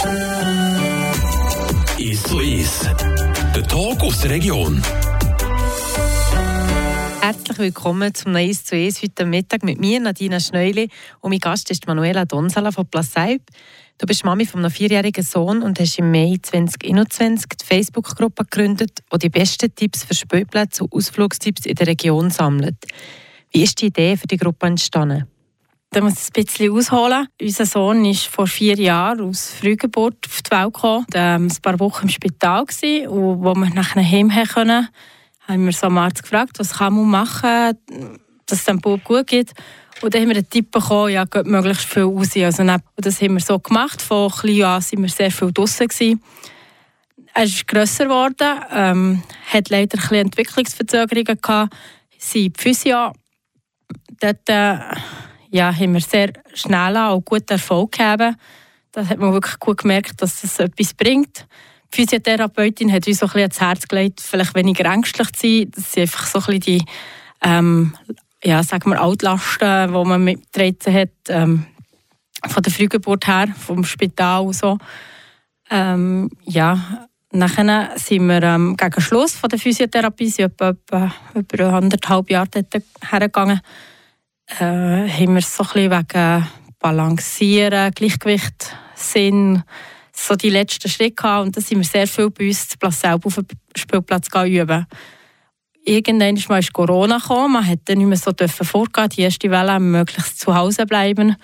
1:1. Der Talk aus der Region. Herzlich willkommen zum 1:1 heute Mittag mit mir, Nadina Schneuli. Und mein Gast ist Manuela Donsala von Plasseib. Du bist Mami von einem 4-jährigen Sohn und hast im Mai 2021 die Facebook-Gruppe gegründet, die die besten Tipps für Spielplätze und Ausflugstipps in der Region sammelt. Wie ist die Idee für die Gruppe entstanden? Da muss ich ein bisschen ausholen. Unser Sohn ist vor 4 Jahren aus Frühgeburt auf die Welt gekommen. Ein paar Wochen im Spital gewesen, und wo wir nachher heim konnten, haben wir so am Arzt gefragt, was kann man machen, dass es dem Bub gut geht. Und dann haben wir einen Tipp bekommen, ja, geht möglichst viel raus. Also, und das haben wir so gemacht. Von klein an waren wir sehr viel draussen gewesen. Er ist grösser geworden, hat leider ein bisschen Entwicklungsverzögerungen gehabt. Sie Physio. Dort haben wir sehr schnell auch guten Erfolg gehabt. Da hat man wirklich gut gemerkt, dass das etwas bringt. Die Physiotherapeutin hat uns so ein bisschen ans Herz gelegt, vielleicht weniger ängstlich zu sein. Das sind einfach so ein bisschen die Altlasten, die man mitgetragen hat, von der Frühgeburt her, vom Spital und so. Nachher sind wir gegen Schluss von der Physiotherapie, sind etwa über 1,5 Jahre dort hergegangen, haben wir so ein bisschen wegen Balancieren, Gleichgewicht, Sinn, so die letzten Schritte gehabt. Und da sind wir sehr viel bei uns zu Plasseib auf dem Spielplatz üben. Irgendwann ist Corona gekommen, man durfte nicht mehr so vorgehen, die erste Welle, möglichst zu Hause bleiben.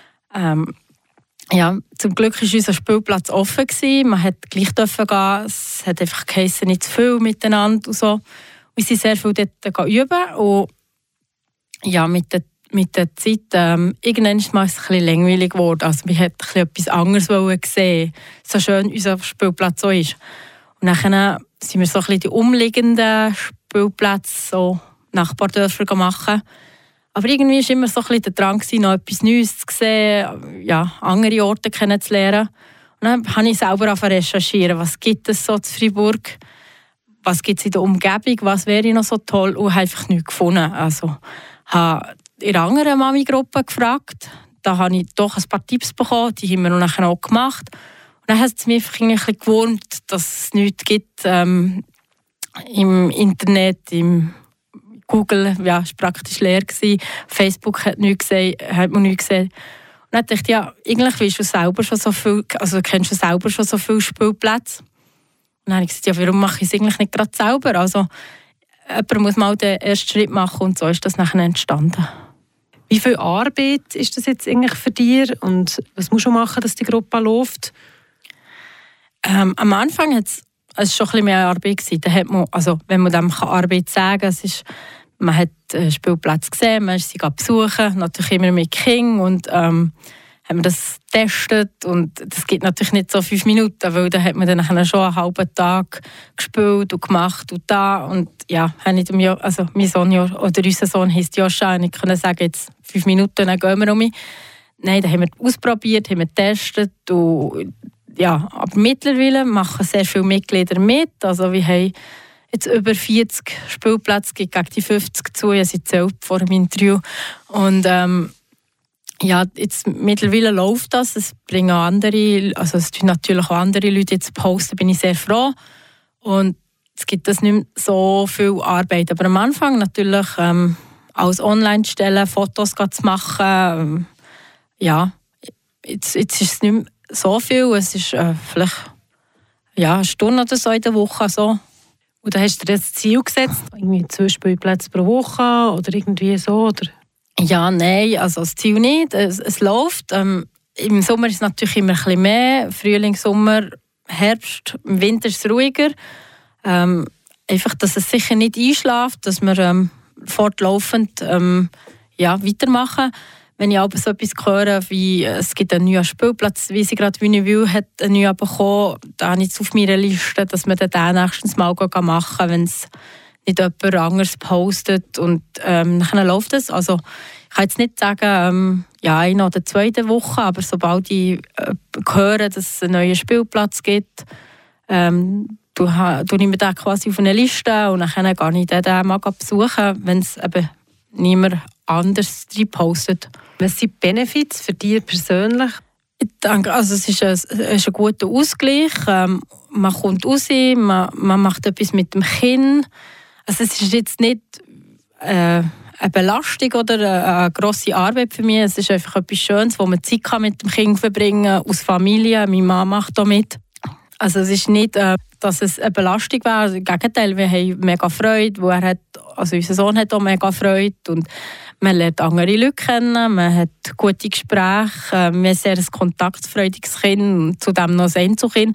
Zum Glück war unser Spielplatz offen gewesen. Man durfte gleich gehen. Es hat einfach geheißen, nicht zu viel miteinander und so. Wir sind sehr viel dort üben. Und ja, mit der Zeit, irgendwann ist es ein bisschen langweilig geworden. Also, wir wollten etwas anderes sehen, so schön unser Spielplatz so ist. Und dann sind wir so ein bisschen die umliegenden Spielplätze, so Nachbardörfer machen. Aber irgendwie war immer so ein bisschen der Drang, noch etwas Neues zu sehen, ja, andere Orte kennenzulernen. Und dann habe ich selber recherchieren, was gibt es so in Freiburg, was gibt es in der Umgebung, was wäre noch so toll, und habe einfach nichts gefunden. Also, habe in einer anderen Mami-Gruppe gefragt, da habe ich doch ein paar Tipps bekommen, die haben wir nachher auch gemacht. Und dann hat es mich einfach ein bisschen gewurmt, dass es nichts gibt im Internet, im Google, ja, es war praktisch leer gewesen. Facebook hat man nichts gesehen. Und dann dachte ich, ja, eigentlich kennst du selber schon so viele Spielplätze. Und dann habe ich gesagt, ja, warum mache ich es eigentlich nicht gerade selber? Also, jemand muss mal den ersten Schritt machen, und so ist das nachher entstanden. Wie viel Arbeit ist das jetzt eigentlich für dich und was musst du machen, dass die Gruppe läuft? Am Anfang war es schon ein bisschen mehr Arbeit gewesen. Da hat man, also, wenn man dem Arbeit sagen kann, man hat einen Spielplatz gesehen, man ist sie besuchen, natürlich immer mit Kindern, und haben wir das getestet, und das geht natürlich nicht so 5 Minuten, weil da hat man dann schon einen halben Tag gespielt und gemacht und da, und ja, also mein Sohn oder unser Sohn heisst Joscha, und ich konnte sagen, jetzt 5 Minuten, dann gehen wir um mich. Nein, da haben wir ausprobiert, haben wir getestet, und ja, aber mittlerweile machen sehr viele Mitglieder mit, also wir haben jetzt über 40 Spielplätze gegen die 50 zu, ich habe zählt vor dem Interview, und ja, jetzt mittlerweile läuft das. Es bringen andere, also es tun natürlich auch andere Leute jetzt posten, bin ich sehr froh. Und es gibt das nicht mehr so viel Arbeit. Aber am Anfang natürlich alles online zu stellen, Fotos zu machen. Ja, jetzt ist es nicht mehr so viel. Es ist vielleicht eine Stunde oder so in der Woche. So. Und da hast du dir das Ziel gesetzt, irgendwie 2 Spielplätze pro Woche oder irgendwie so, oder? Ja, nein, also das Ziel nicht. Es läuft. Im Sommer ist es natürlich immer ein bisschen mehr. Frühling, Sommer, Herbst. Im Winter ist es ruhiger. Einfach, dass es sicher nicht einschläft, dass wir fortlaufend weitermachen. Wenn ich aber so etwas höre, wie es gibt einen neuen Spielplatz, wie sie gerade Wünnewil hat einen neuen bekommen, da habe ich jetzt auf meiner Liste, dass wir den nächstens mal machen, wenn es nicht jemand anderes postet, und dann läuft es. Also ich kann jetzt nicht sagen, in oder 2 Woche, aber sobald ich höre, dass es einen neuen Spielplatz gibt, tue ich mir den quasi auf eine Liste, und dann gehe ich den mal besuchen, wenn es eben niemand anders postet. Was sind die Benefits für dich persönlich? Ich denke, also es ist ein guter Ausgleich. Man kommt raus, man macht etwas mit dem Kind. Also es ist jetzt nicht eine Belastung oder eine grosse Arbeit für mich. Es ist einfach etwas Schönes, wo man Zeit kann mit dem Kind verbringen kann, aus Familie. Meine Mann macht auch mit. Also es ist nicht, dass es eine Belastung wäre. Im Gegenteil, wir haben mega Freude. Unser Sohn hat auch mega Freude. Und man lernt andere Leute kennen, man hat gute Gespräche, wir haben ein sehr kontaktfreudiges Kind und zudem noch ein Sehnsuchtkind.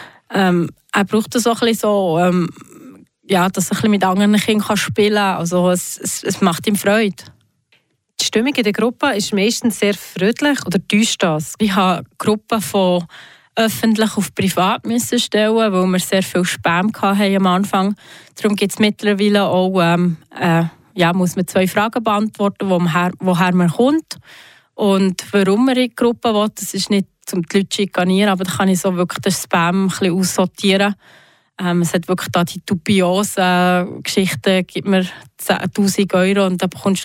Er braucht das auch ein bisschen so, dass er ein bisschen mit anderen Kindern spielen kann. Also es macht ihm Freude. Die Stimmung in der Gruppe ist meistens sehr friedlich, oder täuscht das? Ich habe Gruppen von öffentlich auf privat müssen stellen, weil wir sehr viel Spam hatten am Anfang. Darum gibt es mittlerweile auch muss man 2 Fragen beantworten, woher man kommt und warum man in die Gruppe will. Das ist nicht, um die Leute zu schikanieren, aber da kann ich so wirklich den Spam ein bisschen aussortieren. Es hat wirklich da die dubiosen Geschichten, gib mir 10'000 € und dann bekommst du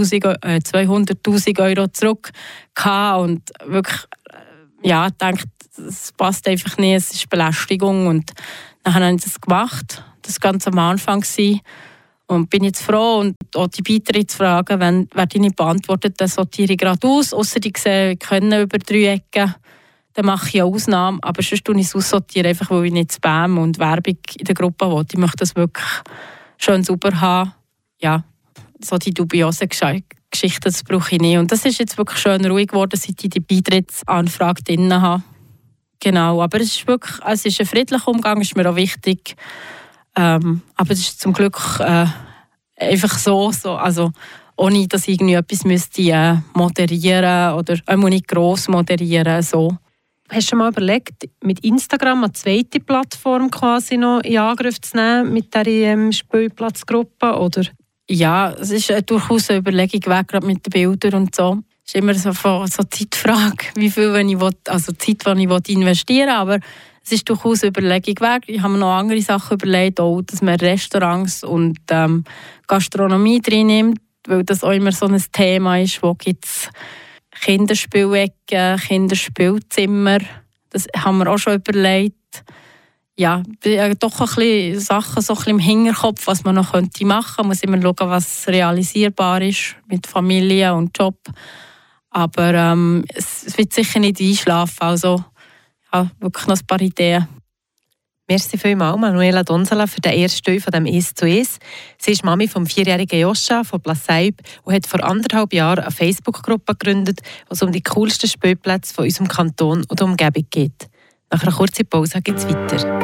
200'000 € zurück. Und wirklich, ich denke, es passt einfach nicht, es ist Belästigung. Und dann habe ich das gemacht, das war ganz am Anfang. Und bin jetzt froh, und auch die Beitrittsfragen, wenn die nicht beantwortet, dann sortiere ich gerade aus. Ausser die können über 3 Ecken, dann mache ich eine Ausnahme. Aber sonst sortiere ich es aussortieren, einfach weil ich nicht Spam und Werbung in der Gruppe will. Ich möchte das wirklich schön sauber haben. Ja, so die dubiosen Geschichten, das brauche ich nicht. Und das ist jetzt wirklich schön ruhig geworden, seit ich die Beitrittsanfrage drin habe. Genau, aber es ist wirklich, es ist ein friedlicher Umgang, ist mir auch wichtig. Aber es ist zum Glück einfach so, also ohne dass ich irgendwie etwas müsste moderieren oder nicht gross moderieren. So. Hast du schon mal überlegt, mit Instagram eine zweite Plattform quasi noch in Angriff zu nehmen, mit dieser Spielplatzgruppe? Oder? Ja, es ist durchaus eine Überlegung, gerade mit den Bildern und so. Es ist immer so eine Zeitfrage, wie viel Zeit, die ich investieren will. Aber es ist durchaus eine Überlegung wert. Ich habe mir noch andere Sachen überlegt, auch, dass man Restaurants und Gastronomie drin nimmt, weil das auch immer so ein Thema ist, wo gibt es Kinderspielecken, Kinderspielzimmer. Das haben wir auch schon überlegt. Ja, doch ein bisschen Sachen so ein bisschen im Hinterkopf, was man noch machen könnte. Man muss immer schauen, was realisierbar ist mit Familie und Job. Aber es wird sicher nicht einschlafen. Also wirklich noch ein paar Ideen. Merci vielmals, Manuela Donsala, für den ersten Teil von dem «1:1». Sie ist Mami vom 4-jährigen Joscha von Plasseib und hat vor 1,5 Jahren eine Facebook-Gruppe gegründet, wo es um die coolsten Spielplätze von unserem Kanton und der Umgebung geht. Nach einer kurzen Pause geht es weiter.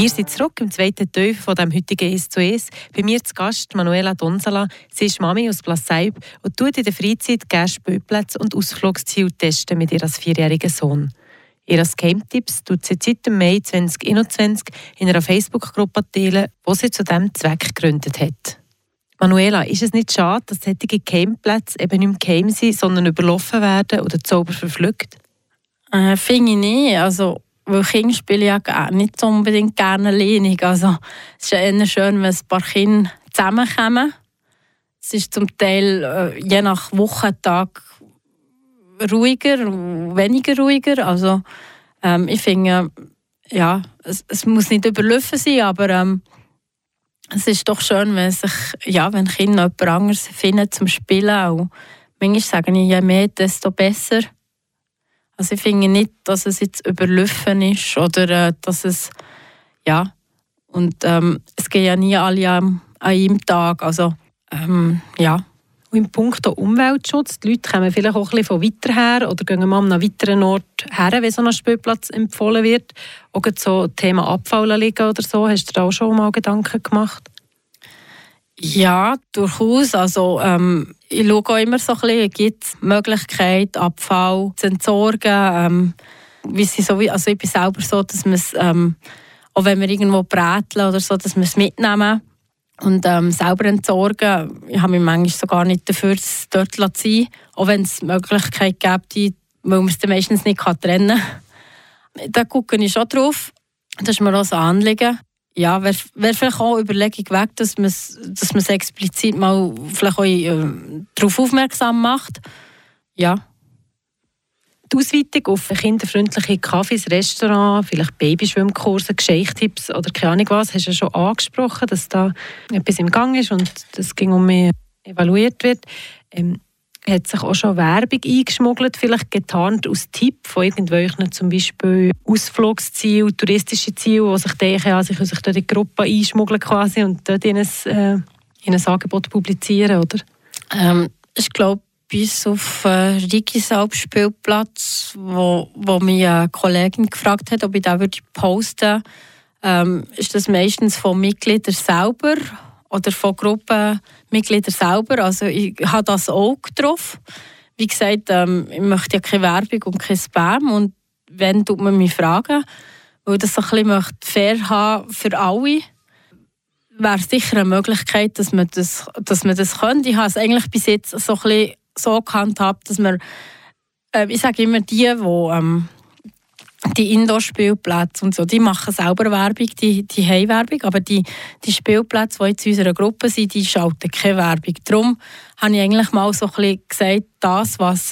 Wir sind zurück im zweiten Teil von dem heutigen «1:1». Bei mir zu Gast Manuela Donsala. Sie ist Mami aus Plasseib und tut in der Freizeit gerne Spielplätze und Ausflugsziele testen mit ihrem 4-jährigen Sohn. Ihre Game-Tipps tut sie seit Mai 2021 in einer Facebook-Gruppe teilen, die sie zu diesem Zweck gegründet hat. Manuela, ist es nicht schade, dass solche Gameplätze eben nicht mehr geheim sind, sondern überlaufen werden oder Zauber verflügt? Finde ich nicht. Also, weil Kinder spielen ja nicht so unbedingt gerne alleine. Also, es ist ja eher schön, wenn ein paar Kinder zusammenkommen. Es ist zum Teil je nach Wochentag ruhiger, weniger ruhiger. Also, ich finde, ja, es muss nicht überlaufen sein, aber es ist doch schön, wenn wenn Kinder jemand anderes finden zum Spielen. Und manchmal sage ich, je mehr, desto besser. Also ich finde nicht, dass es jetzt überlaufen ist oder dass es, es gehen ja nie alle an einem Tag, also, ja. Und im Punkt Umweltschutz, die Leute kommen vielleicht auch ein bisschen von weiter her oder gehen mal an einen weiteren Ort her, wenn so ein Spielplatz empfohlen wird. Auch so Thema Abfall liegen oder so, hast du da auch schon mal Gedanken gemacht? Ja, durchaus. Also, ich schaue auch immer so ein bisschen, gibt es Möglichkeit, Abfall zu entsorgen. Also ich bin selber so, dass man es, auch wenn wir irgendwo bräteln oder so, dass wir es mitnehmen und selber entsorgen. Ich habe mich manchmal sogar nicht dafür, es dort zu sein, auch wenn es Möglichkeit gibt, weil man es dann meistens nicht trennen kann. Da gucke ich schon drauf. Das ist mir auch so ein Anliegen. Ja, wäre vielleicht auch eine Überlegung weg, dass man es explizit mal vielleicht auch darauf aufmerksam macht. Ja. Die Ausweitung auf kinderfreundliche Cafés, Restaurants, vielleicht Babyschwimmkurse, Geschechtipps oder keine Ahnung was, hast du ja schon angesprochen, dass da etwas im Gang ist und das ging um mich evaluiert wird. Hat sich auch schon Werbung eingeschmuggelt, vielleicht getarnt aus Tipp von irgendwelchen zum Beispiel Ausflugszielen, touristische Ziele, die sich denken, sich dort in die Gruppe einschmuggeln quasi und dort in ein Angebot publizieren, oder? Ich glaube, bis auf Rigisalp-Spielplatz, wo mich eine Kollegin gefragt hat, ob ich da posten würde, ist das meistens von Mitgliedern selber oder von Gruppenmitgliedern selber. Also ich habe das auch getroffen. Wie gesagt, ich möchte ja keine Werbung und kein Spam. Und wenn tut man mich fragen, weil das so ein bisschen fair haben für alle, wäre sicher eine Möglichkeit, dass man das könnte. Ich habe es eigentlich bis jetzt so ein bisschen so gehandhabt, dass man, ich sage immer, die Indoor-Spielplätze und so, die machen selber Werbung, die haben Werbung, aber die Spielplätze, die jetzt in unserer Gruppe sind, die schalten keine Werbung. Darum habe ich eigentlich mal so ein bisschen gesagt, das, was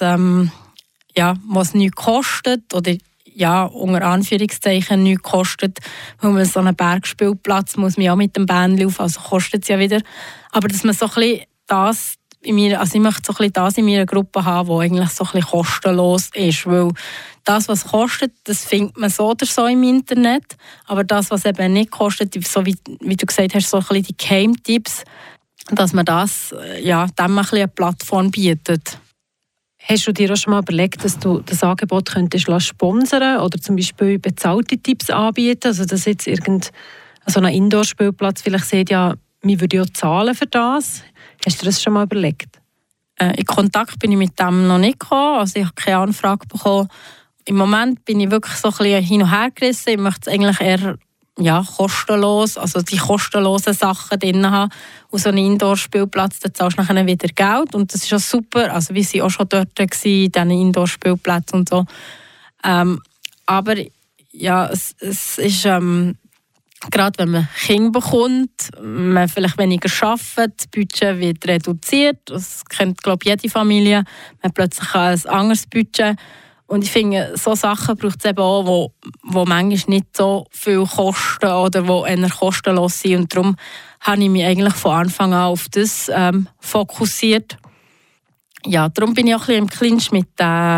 nichts kostet oder unter Anführungszeichen nichts kostet, weil man so einen Bergspielplatz muss man ja mit dem Bändchen laufen, also kostet es ja wieder. Aber dass man so ein bisschen das ich möchte so ein bisschen das in meiner Gruppe haben, das eigentlich so ein bisschen kostenlos ist, weil das, was kostet, das findet man so oder so im Internet, aber das, was eben nicht kostet, so wie du gesagt hast, so ein bisschen die Geheimtipps, dass man das, dem ein bisschen eine Plattform bietet. Hast du dir auch schon mal überlegt, dass du das Angebot könntest sponsern oder zum Beispiel bezahlte Tipps anbieten, also dass jetzt so ein Indoor-Spielplatz vielleicht sieht, ja, wir würden ja zahlen für das. Hast du das schon mal überlegt? In Kontakt bin ich mit dem noch nicht gekommen. Also ich habe keine Anfrage bekommen. Im Moment bin ich wirklich so ein bisschen hin und her gerissen. Ich möchte es eigentlich eher kostenlos, also die kostenlosen Sachen drin haben. Und so einen Indoor-Spielplatz, da zahlst du nachher wieder Geld. Und das ist auch super. Also wir waren auch schon dort, in diesen Indoor-Spielplätzen und so. Aber ja, es ist... gerade wenn man Kinder bekommt, man vielleicht weniger arbeitet, das Budget wird reduziert. Das kennt, glaube ich, jede Familie. Man hat plötzlich ein anderes Budget. Und ich finde, so Sachen braucht es eben auch, wo manchmal nicht so viel kosten oder die eher kostenlos sind. Und darum habe ich mich eigentlich von Anfang an auf das fokussiert. Ja, darum bin ich auch ein bisschen im Clinch mit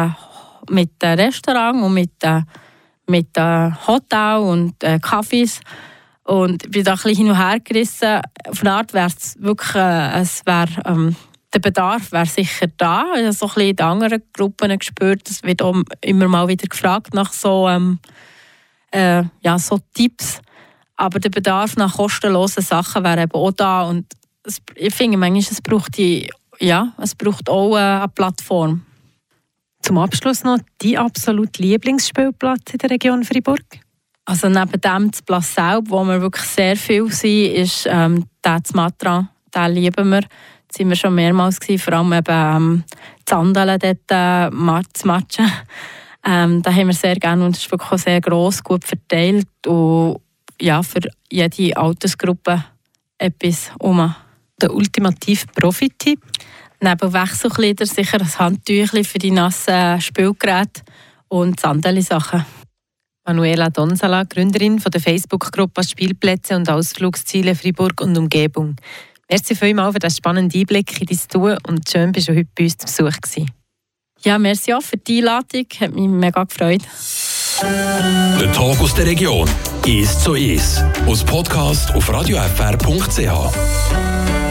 dem Restaurant und mit Hotel und Cafés. Und ich bin da ein bisschen hin und her gerissen. Auf eine Art wäre es wirklich, der Bedarf wäre sicher da. Ich habe so ein bisschen in den anderen Gruppen gespürt, es wird auch immer mal wieder gefragt nach so Tipps. Aber der Bedarf nach kostenlosen Sachen wäre eben auch da. Und ich finde manchmal, es braucht auch eine Plattform. Zum Abschluss noch dein absolut Lieblingsspielplatz in der Region Freiburg? Also neben dem das Plasselb, wo wir wirklich sehr viel sind, ist der zu Matran. Den lieben wir. Da sind wir schon mehrmals gewesen, vor allem eben Zandeln dort zu matchen. Da haben wir sehr gerne und es ist wirklich auch sehr gross, gut verteilt und ja, für jede Altersgruppe etwas um. Der ultimative Profi-Tipp? Neben Wechselkleider sicher ein Handtüchchen für die nassen Spielgeräte und Sandali-Sachen. Manuela Donsala, Gründerin von der Facebook-Gruppe Spielplätze und Ausflugsziele Freiburg und Umgebung. Merci vielmals für den spannenden Einblick in dein Tun und schön, bist du heute bei uns zu Besuch gewesen. Ja, merci auch für die Einladung, hat mich mega gefreut. Der Tag aus der Region. 1:1. Aus Podcast auf radiofr.ch.